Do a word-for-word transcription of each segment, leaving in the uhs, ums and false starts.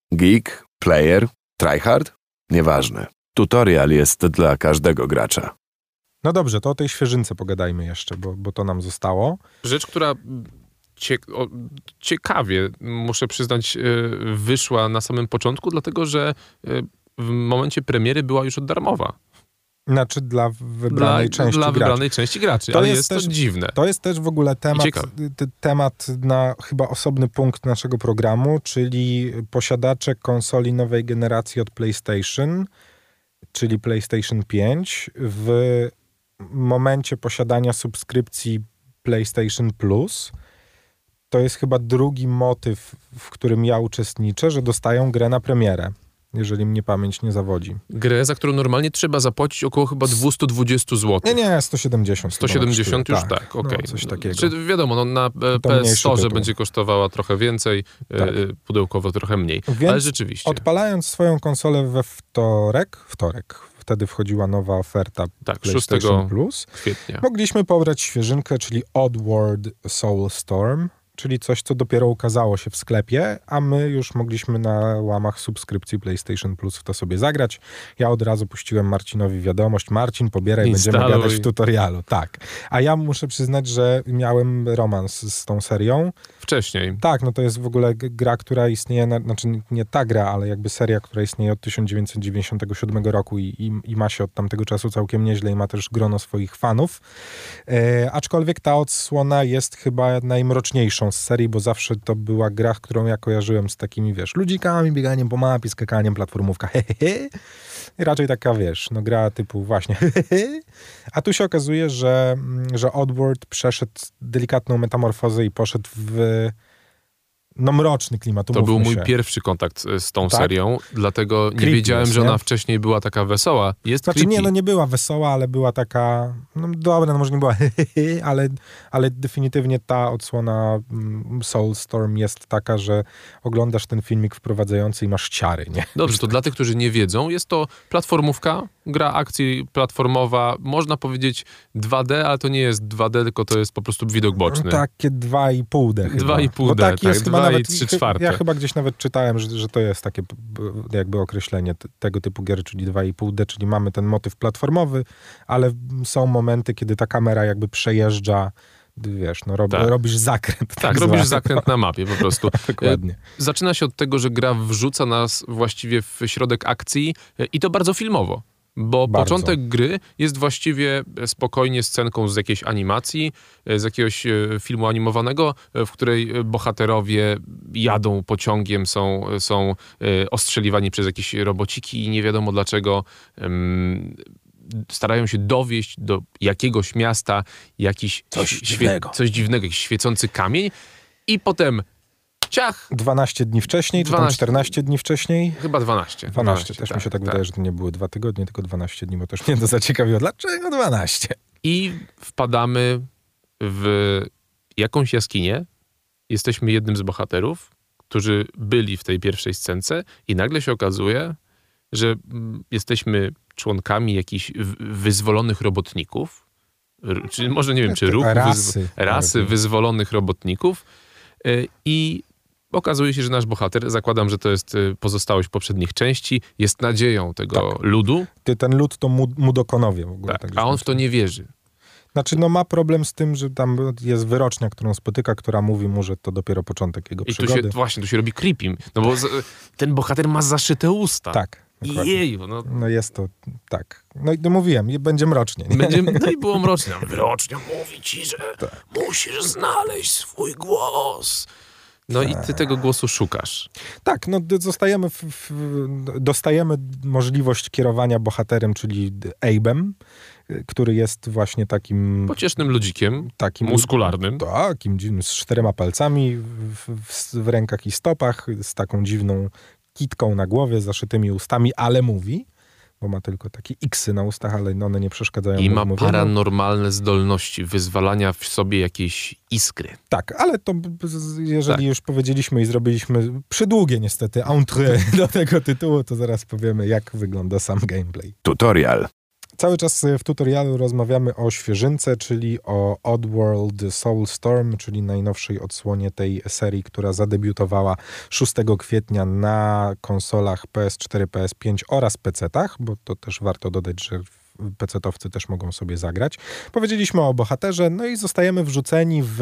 Geek, player, tryhard? Nieważne. Tutorial jest dla każdego gracza. No dobrze, to o tej świeżynce pogadajmy jeszcze, bo, bo to nam zostało. Rzecz, która cie, o, ciekawie, muszę przyznać, wyszła na samym początku, dlatego że w momencie premiery była już darmowa. Znaczy dla wybranej dla, części dla graczy. wybranej części graczy, to ale jest, jest też, to dziwne. To jest też w ogóle temat, temat na chyba osobny punkt naszego programu, czyli posiadacze konsoli nowej generacji od PlayStation, czyli PlayStation pięć, w momencie posiadania subskrypcji PlayStation Plus. To jest chyba drugi motyw, w którym ja uczestniczę, że dostają grę na premierę, jeżeli mnie pamięć nie zawodzi. Grę, za którą normalnie trzeba zapłacić około chyba dwieście dwadzieścia złotych. Nie, nie, sto siedemdziesiąt. sto siedemdziesiąt już, tak, tak, okej. Okay. No, coś takiego. Czy wiadomo, no, na P S Store będzie kosztowała trochę więcej, tak. pudełkowo trochę mniej, więc ale rzeczywiście. Odpalając swoją konsolę we wtorek, wtorek, wtedy wchodziła nowa oferta tak, PlayStation Plus. Kwietnia. Mogliśmy pobrać świeżynkę, czyli Oddworld Soulstorm, czyli coś, co dopiero ukazało się w sklepie, a my już mogliśmy na łamach subskrypcji PlayStation Plus w to sobie zagrać. Ja od razu puściłem Marcinowi wiadomość. Marcin, pobieraj, Instaluj. Będziemy gadać w tutorialu. Tak. A ja muszę przyznać, że miałem romans z tą serią. Wcześniej. Tak, no to jest w ogóle gra, która istnieje, na, znaczy nie ta gra, ale jakby seria, która istnieje od tysiąc dziewięćset dziewięćdziesiątego siódmego roku i, i, i ma się od tamtego czasu całkiem nieźle i ma też grono swoich fanów. E, aczkolwiek ta odsłona jest chyba najmroczniejszą z serii, bo zawsze to była gra, którą ja kojarzyłem z takimi, wiesz, ludzikami, bieganiem po mapie, skakaniem, platformówka, hehehe. I raczej taka, wiesz, no gra typu właśnie hehehe. A tu się okazuje, że, że Oddworld przeszedł delikatną metamorfozę i poszedł w no mroczny klimat. To był mój się. pierwszy kontakt z tą tak? serią, dlatego Creepy nie wiedziałem, jest, że ona nie? wcześniej była taka wesoła. Jest znaczy creepy. nie, no nie była wesoła, ale była taka, no dobra, no może nie była ale, ale definitywnie ta odsłona Soulstorm jest taka, że oglądasz ten filmik wprowadzający i masz ciary, nie? Dobrze, to dla tych, którzy nie wiedzą, jest to platformówka, gra akcji platformowa, można powiedzieć dwa D, ale to nie jest dwa D, tylko to jest po prostu widok boczny. Takie dwa i pół D chyba. dwa i pół D, tak, tak, jest chyba dwa nawet, i trzy czwarte. Ja chyba gdzieś nawet czytałem, że, że to jest takie jakby określenie t- tego typu gier, czyli dwa i pół D, czyli mamy ten motyw platformowy, ale są momenty, kiedy ta kamera jakby przejeżdża, wiesz, no rob, tak. robisz zakręt. Tak, tak robisz zwany. zakręt na mapie po prostu. Dokładnie. Zaczyna się od tego, że gra wrzuca nas właściwie w środek akcji i to bardzo filmowo. Bo Bardzo. początek gry jest właściwie spokojnie scenką z jakiejś animacji, z jakiegoś filmu animowanego, w której bohaterowie jadą pociągiem, są, są ostrzeliwani przez jakieś robociki i nie wiadomo dlaczego um, starają się dowieść do jakiegoś miasta jakiś coś, świe- dziwnego. coś dziwnego, jakiś świecący kamień i potem ciach. dwanaście dni wcześniej, czy tam czternaście dni wcześniej? Chyba dwanaście. dwanaście, też tak, mi się tak, tak wydaje, że to nie były dwa tygodnie, tylko dwanaście dni, bo też mnie to zaciekawiło. Dlaczego dwanaście? I wpadamy w jakąś jaskinię. Jesteśmy jednym z bohaterów, którzy byli w tej pierwszej scence i nagle się okazuje, że jesteśmy członkami jakichś wyzwolonych robotników, czy może nie wiem, czy ruchu rasy, wyzw- rasy wyzwolonych robotników i okazuje się, że nasz bohater, zakładam, że to jest pozostałość poprzednich części, jest nadzieją tego tak. ludu. Ty, ten lud to mud- mudokonowie w ogóle. Tak, tak a on w to nie wierzy. Znaczy, no ma problem z tym, że tam jest wyrocznia, którą spotyka, która mówi mu, że to dopiero początek jego I przygody. I tu się, właśnie, tu się robi creepy, no bo z, ten bohater ma zaszyte usta. Tak. Dokładnie. Jeju, no. no jest to, tak. No i mówiłem, będzie mrocznie. Nie? Będzie, no i było mrocznie. Wyrocznia mówi ci, że tak. musisz znaleźć swój głos. No i ty tego głosu szukasz. Tak, no zostajemy w, w, dostajemy możliwość kierowania bohaterem, czyli Abe'em, który jest właśnie takim... pociesznym ludzikiem, takim muskularnym. Takim dziwnym, z czterema palcami w, w, w rękach i stopach, z taką dziwną kitką na głowie, zaszytymi ustami, ale mówi, bo ma tylko takie iksy na ustach, ale one nie przeszkadzają I mu ma w mówieniu. paranormalne zdolności wyzwalania w sobie jakiejś iskry. Tak, ale to jeżeli tak. już powiedzieliśmy i zrobiliśmy przydługie niestety entrée do tego tytułu, to zaraz powiemy, jak wygląda sam gameplay. Tutorial. Cały czas w tutorialu rozmawiamy o świeżynce, czyli o Oddworld Soulstorm, czyli najnowszej odsłonie tej serii, która zadebiutowała szóstego kwietnia na konsolach P S cztery, P S pięć oraz pecetach, bo to też warto dodać, że pecetowcy też mogą sobie zagrać. Powiedzieliśmy o bohaterze, no i zostajemy wrzuceni w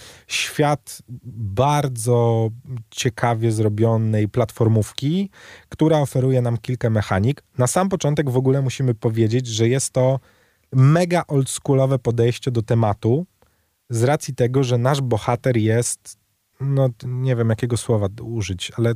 świat bardzo ciekawie zrobionej platformówki, która oferuje nam kilka mechanik. Na sam początek w ogóle musimy powiedzieć, że jest to mega oldschoolowe podejście do tematu, z racji tego, że nasz bohater jest, no nie wiem jakiego słowa użyć, ale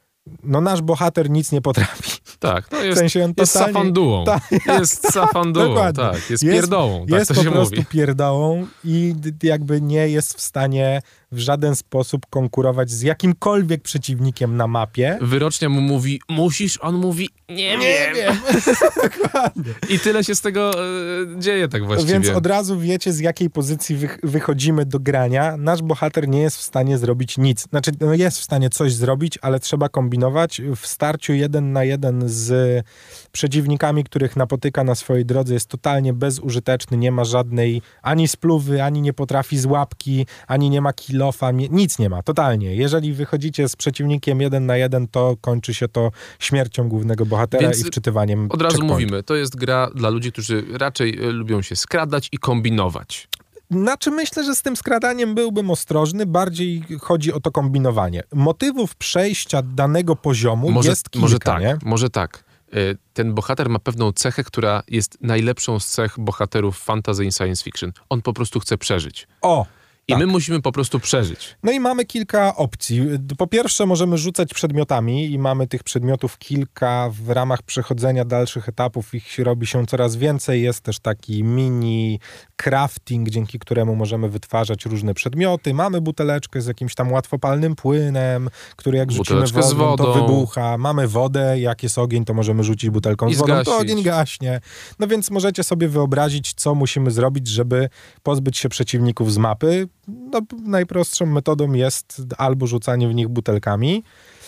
no nasz bohater nic nie potrafi. Tak, no jest, w sensie on jest totalnie, safandułą. Ta, jest safandułą, tak. Jest, jest pierdołą, tak jest to po się prostu mówi. pierdołą i jakby nie jest w stanie w żaden sposób konkurować z jakimkolwiek przeciwnikiem na mapie. Wyrocznia mu mówi, musisz, on mówi, nie, nie wiem. Dokładnie. I tyle się z tego e, dzieje tak właściwie. Więc od razu wiecie, z jakiej pozycji wy, wychodzimy do grania. Nasz bohater nie jest w stanie zrobić nic. Znaczy, no jest w stanie coś zrobić, ale trzeba kombinować. W starciu jeden na jeden z przeciwnikami, których napotyka na swojej drodze, jest totalnie bezużyteczny, nie ma żadnej ani spluwy, ani nie potrafi z łapki, ani nie ma kilofa, nic nie ma, totalnie. Jeżeli wychodzicie z przeciwnikiem jeden na jeden, to kończy się to śmiercią głównego bohatera Więc i wczytywaniem od razu checkpointu. mówimy, to jest gra dla ludzi, którzy raczej e, lubią się skradać i kombinować. Znaczy myślę, że z tym skradaniem byłbym ostrożny, bardziej chodzi o to kombinowanie. Motywów przejścia danego poziomu Może, jest kilka, może tak, nie? może tak. Ten bohater ma pewną cechę, która jest najlepszą z cech bohaterów fantasy i science fiction. On po prostu chce przeżyć. O! I tak. my musimy po prostu przeżyć. No i mamy kilka opcji. Po pierwsze możemy rzucać przedmiotami i mamy tych przedmiotów kilka w ramach przechodzenia dalszych etapów. Ich robi się coraz więcej. Jest też taki mini crafting, dzięki któremu możemy wytwarzać różne przedmioty. Mamy buteleczkę z jakimś tam łatwopalnym płynem, który jak rzucimy Buteleczkę z wodą, to wodą. wybucha. Mamy wodę, jak jest ogień, to możemy rzucić butelką I z wodą, to zgasić. ogień gaśnie. No więc możecie sobie wyobrazić, co musimy zrobić, żeby pozbyć się przeciwników z mapy. No, najprostszą metodą jest albo rzucanie w nich butelkami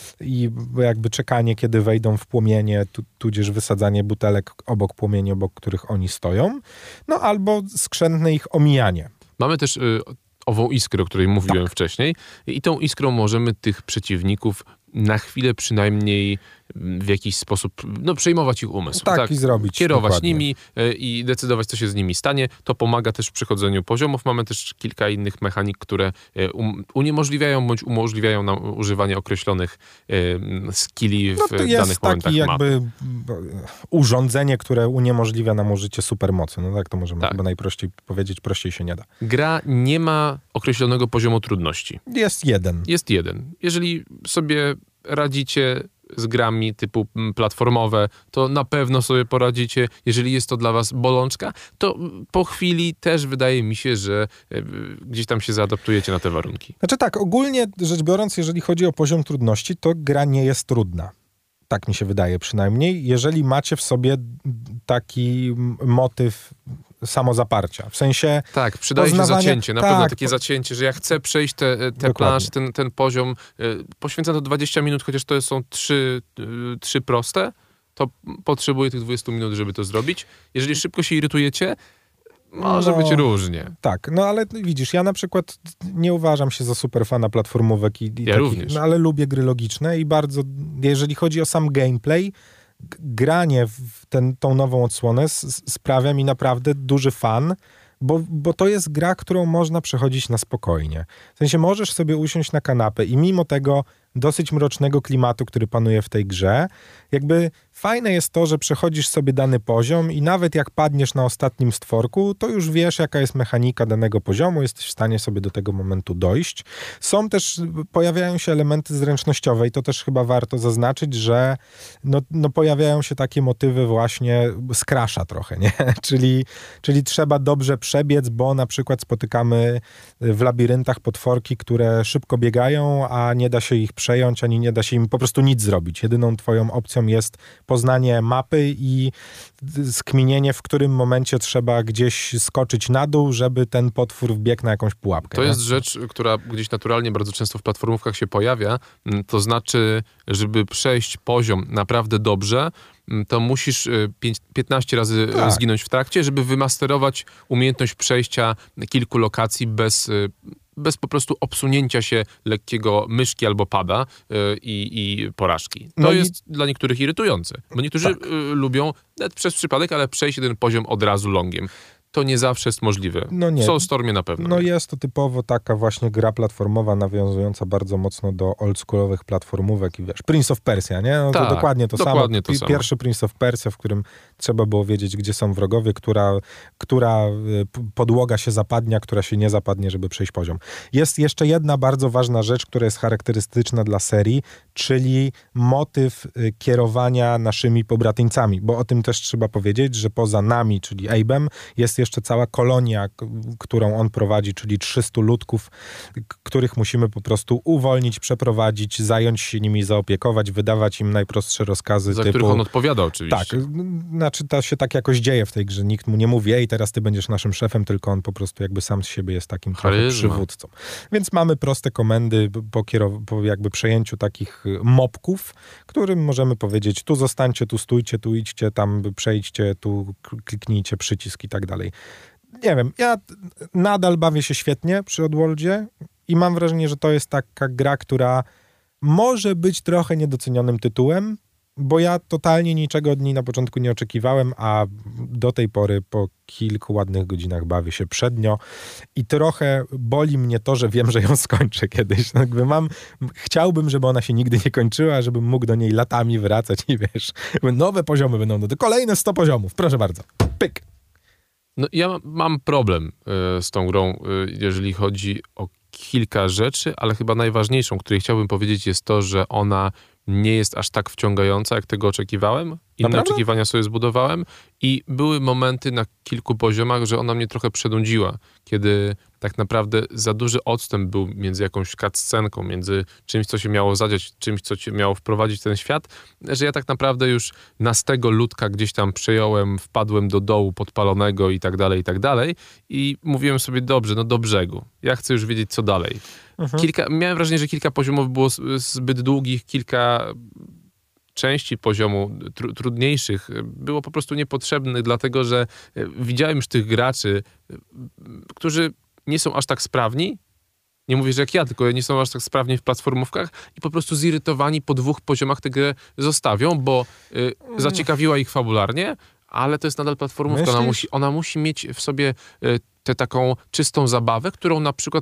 i jakby czekanie, kiedy wejdą w płomienie, tu, tudzież wysadzanie butelek obok płomieni, obok których oni stoją, no albo skrzętne ich omijanie. Mamy też y, ową iskrę, o której mówiłem Tak. wcześniej. I tą iskrą możemy tych przeciwników na chwilę przynajmniej w jakiś sposób, no przejmować ich umysł. Tak, i zrobić. Kierować dokładnie. nimi y, i decydować, co się z nimi stanie. To pomaga też w przechodzeniu poziomów. Mamy też kilka innych mechanik, które y, um, uniemożliwiają bądź umożliwiają nam używanie określonych y, skilli w No to danych jest momentach taki mapy. jakby urządzenie, które uniemożliwia nam użycie supermocy. No tak to możemy Tak. chyba najprościej powiedzieć, prościej się nie da. Gra nie ma określonego poziomu trudności. Jest jeden. Jest jeden. Jeżeli sobie radzicie z grami typu platformowe, to na pewno sobie poradzicie. Jeżeli jest to dla was bolączka, to po chwili też wydaje mi się, że gdzieś tam się zaadaptujecie na te warunki. Znaczy tak, ogólnie rzecz biorąc, jeżeli chodzi o poziom trudności, to gra nie jest trudna. Tak mi się wydaje przynajmniej. Jeżeli macie w sobie taki motyw samozaparcia. W sensie tak, przydaje się poznawania... zacięcie, na tak, pewno takie po... zacięcie, że ja chcę przejść te, te plansze, ten, ten poziom, poświęcam to dwadzieścia minut, chociaż to są trzy, trzy proste, to potrzebuję tych dwudziestu minut, żeby to zrobić. Jeżeli szybko się irytujecie, może no, być różnie. Tak, no ale widzisz, ja na przykład nie uważam się za super fana platformówek i, i ja takich, również. No, ale lubię gry logiczne i bardzo, jeżeli chodzi o sam gameplay, granie w ten, tą nową odsłonę s- sprawia mi naprawdę duży fan, bo, bo to jest gra, którą można przechodzić na spokojnie. W sensie możesz sobie usiąść na kanapę i mimo tego dosyć mrocznego klimatu, który panuje w tej grze, jakby fajne jest to, że przechodzisz sobie dany poziom i nawet jak padniesz na ostatnim stworku, to już wiesz, jaka jest mechanika danego poziomu, jesteś w stanie sobie do tego momentu dojść. Są też, pojawiają się elementy zręcznościowe i to też chyba warto zaznaczyć, że no, no pojawiają się takie motywy właśnie z Crasha trochę, nie? Czyli, czyli trzeba dobrze przebiec, bo na przykład spotykamy w labiryntach potworki, które szybko biegają, a nie da się ich przejąć, ani nie da się im po prostu nic zrobić. Jedyną twoją opcją jest poznanie mapy i skminienie, w którym momencie trzeba gdzieś skoczyć na dół, żeby ten potwór wbiegł na jakąś pułapkę. To nie? jest rzecz, która gdzieś naturalnie bardzo często w platformówkach się pojawia. To znaczy, żeby przejść poziom naprawdę dobrze, to musisz piętnaście razy tak. zginąć w trakcie, żeby wymasterować umiejętność przejścia kilku lokacji bez, bez po prostu obsunięcia się lekkiego myszki albo pada i, i porażki. To no jest i... dla niektórych irytujące, bo niektórzy tak. lubią nawet przez przypadek, ale przejść jeden poziom od razu longiem. To nie zawsze jest możliwe. No nie. W Soulstormie na pewno. No jest to typowo taka właśnie gra platformowa, nawiązująca bardzo mocno do oldschoolowych platformówek i wiesz, Prince of Persia, nie? No to tak, dokładnie to dokładnie samo. To samo. Pierwszy Prince of Persia, w którym trzeba było wiedzieć, gdzie są wrogowie, która, która podłoga się zapadnia, która się nie zapadnie, żeby przejść poziom. Jest jeszcze jedna bardzo ważna rzecz, która jest charakterystyczna dla serii, czyli motyw kierowania naszymi pobratyńcami, bo o tym też trzeba powiedzieć, że poza nami, czyli Abe'em, jest jeszcze cała kolonia, którą on prowadzi, czyli trzystu ludków, których musimy po prostu uwolnić, przeprowadzić, zająć się nimi, zaopiekować, wydawać im najprostsze rozkazy. Za typu... których on odpowiada oczywiście. Tak, znaczy to się tak jakoś dzieje w tej grze. Nikt mu nie mówi, ej, teraz ty będziesz naszym szefem, tylko on po prostu jakby sam z siebie jest takim trochę przywódcą. Więc mamy proste komendy po, kierow- po jakby przejęciu takich mopków, którym możemy powiedzieć, tu zostańcie, tu stójcie, tu idźcie, tam przejdźcie, tu kliknijcie przycisk i tak dalej. Nie wiem, ja nadal bawię się świetnie przy Oddworldzie i mam wrażenie, że to jest taka gra, która może być trochę niedocenionym tytułem, bo ja totalnie niczego od niej na początku nie oczekiwałem, a do tej pory po kilku ładnych godzinach bawię się przednio i trochę boli mnie to, że wiem, że ją skończę kiedyś. No jakby mam, chciałbym, żeby ona się nigdy nie kończyła, żebym mógł do niej latami wracać i wiesz, nowe poziomy będą, no kolejne sto poziomów, proszę bardzo, pyk. No ja mam problem y, z tą grą, y, jeżeli chodzi o kilka rzeczy, ale chyba najważniejszą, której chciałbym powiedzieć, jest to, że ona nie jest aż tak wciągająca, jak tego oczekiwałem. Inne Naprawdę? oczekiwania sobie zbudowałem i były momenty na kilku poziomach, że ona mnie trochę przedudziła, kiedy tak naprawdę za duży odstęp był między jakąś cutscenką, między czymś, co się miało zadziać, czymś, co się miało wprowadzić w ten świat, że ja tak naprawdę już nastego ludka gdzieś tam przejąłem, wpadłem do dołu podpalonego i tak dalej, i tak dalej i mówiłem sobie, dobrze, no do brzegu. Ja chcę już wiedzieć, co dalej. Mhm. Kilka, miałem wrażenie, że kilka poziomów było zbyt długich, kilka części poziomu tr- trudniejszych było po prostu niepotrzebnych, dlatego że widziałem już tych graczy, którzy nie są aż tak sprawni, nie mówię, że jak ja, tylko nie są aż tak sprawni w platformówkach i po prostu zirytowani po dwóch poziomach tę grę zostawią, bo y, zaciekawiła ich fabularnie, ale to jest nadal platformówka. Ona musi, ona musi mieć w sobie y, tę taką czystą zabawę, którą na przykład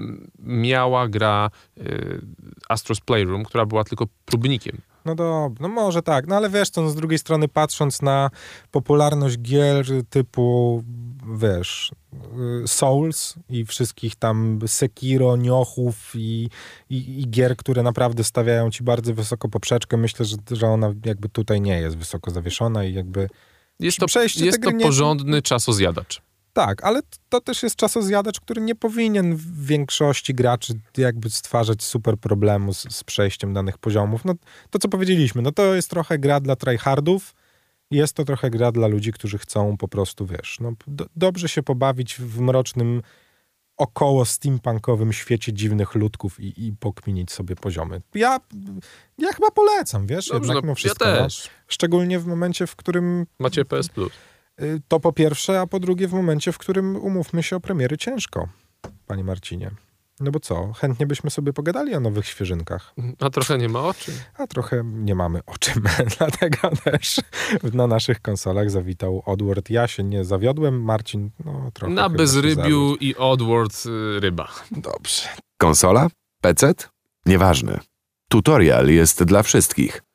miała gra y, Astro's Playroom, która była tylko próbnikiem. No dobra, no może tak, no ale wiesz co, no z drugiej strony patrząc na popularność gier typu, wiesz, Souls i wszystkich tam Sekiro, Niohów i, i, i gier, które naprawdę stawiają ci bardzo wysoko poprzeczkę, myślę, że, że ona jakby tutaj nie jest wysoko zawieszona i jakby jest to, jest to porządny nie... czasozjadacz. Tak, ale to też jest czasozjadacz, który nie powinien w większości graczy jakby stwarzać super problemu z, z przejściem danych poziomów. No to, co powiedzieliśmy, no to jest trochę gra dla tryhardów, jest to trochę gra dla ludzi, którzy chcą po prostu, wiesz, no do, dobrze się pobawić w mrocznym, około steampunkowym świecie dziwnych ludków i, i pokminić sobie poziomy. Ja, ja chyba polecam, wiesz, Dobrze, jednak no, mimo wszystko. Ja no, też. szczególnie w momencie, w którym... Macie P S Plus. To po pierwsze, a po drugie w momencie, w którym umówmy się o premiery ciężko, panie Marcinie. No bo co, chętnie byśmy sobie pogadali o nowych świeżynkach. A trochę nie ma o czym. A trochę nie mamy o czym, dlatego też na naszych konsolach zawitał Oddworld. Ja się nie zawiodłem, Marcin no trochę. Na bezrybiu i Oddworld y, ryba. Dobrze. Konsola? P C? Nieważne. Tutorial jest dla wszystkich.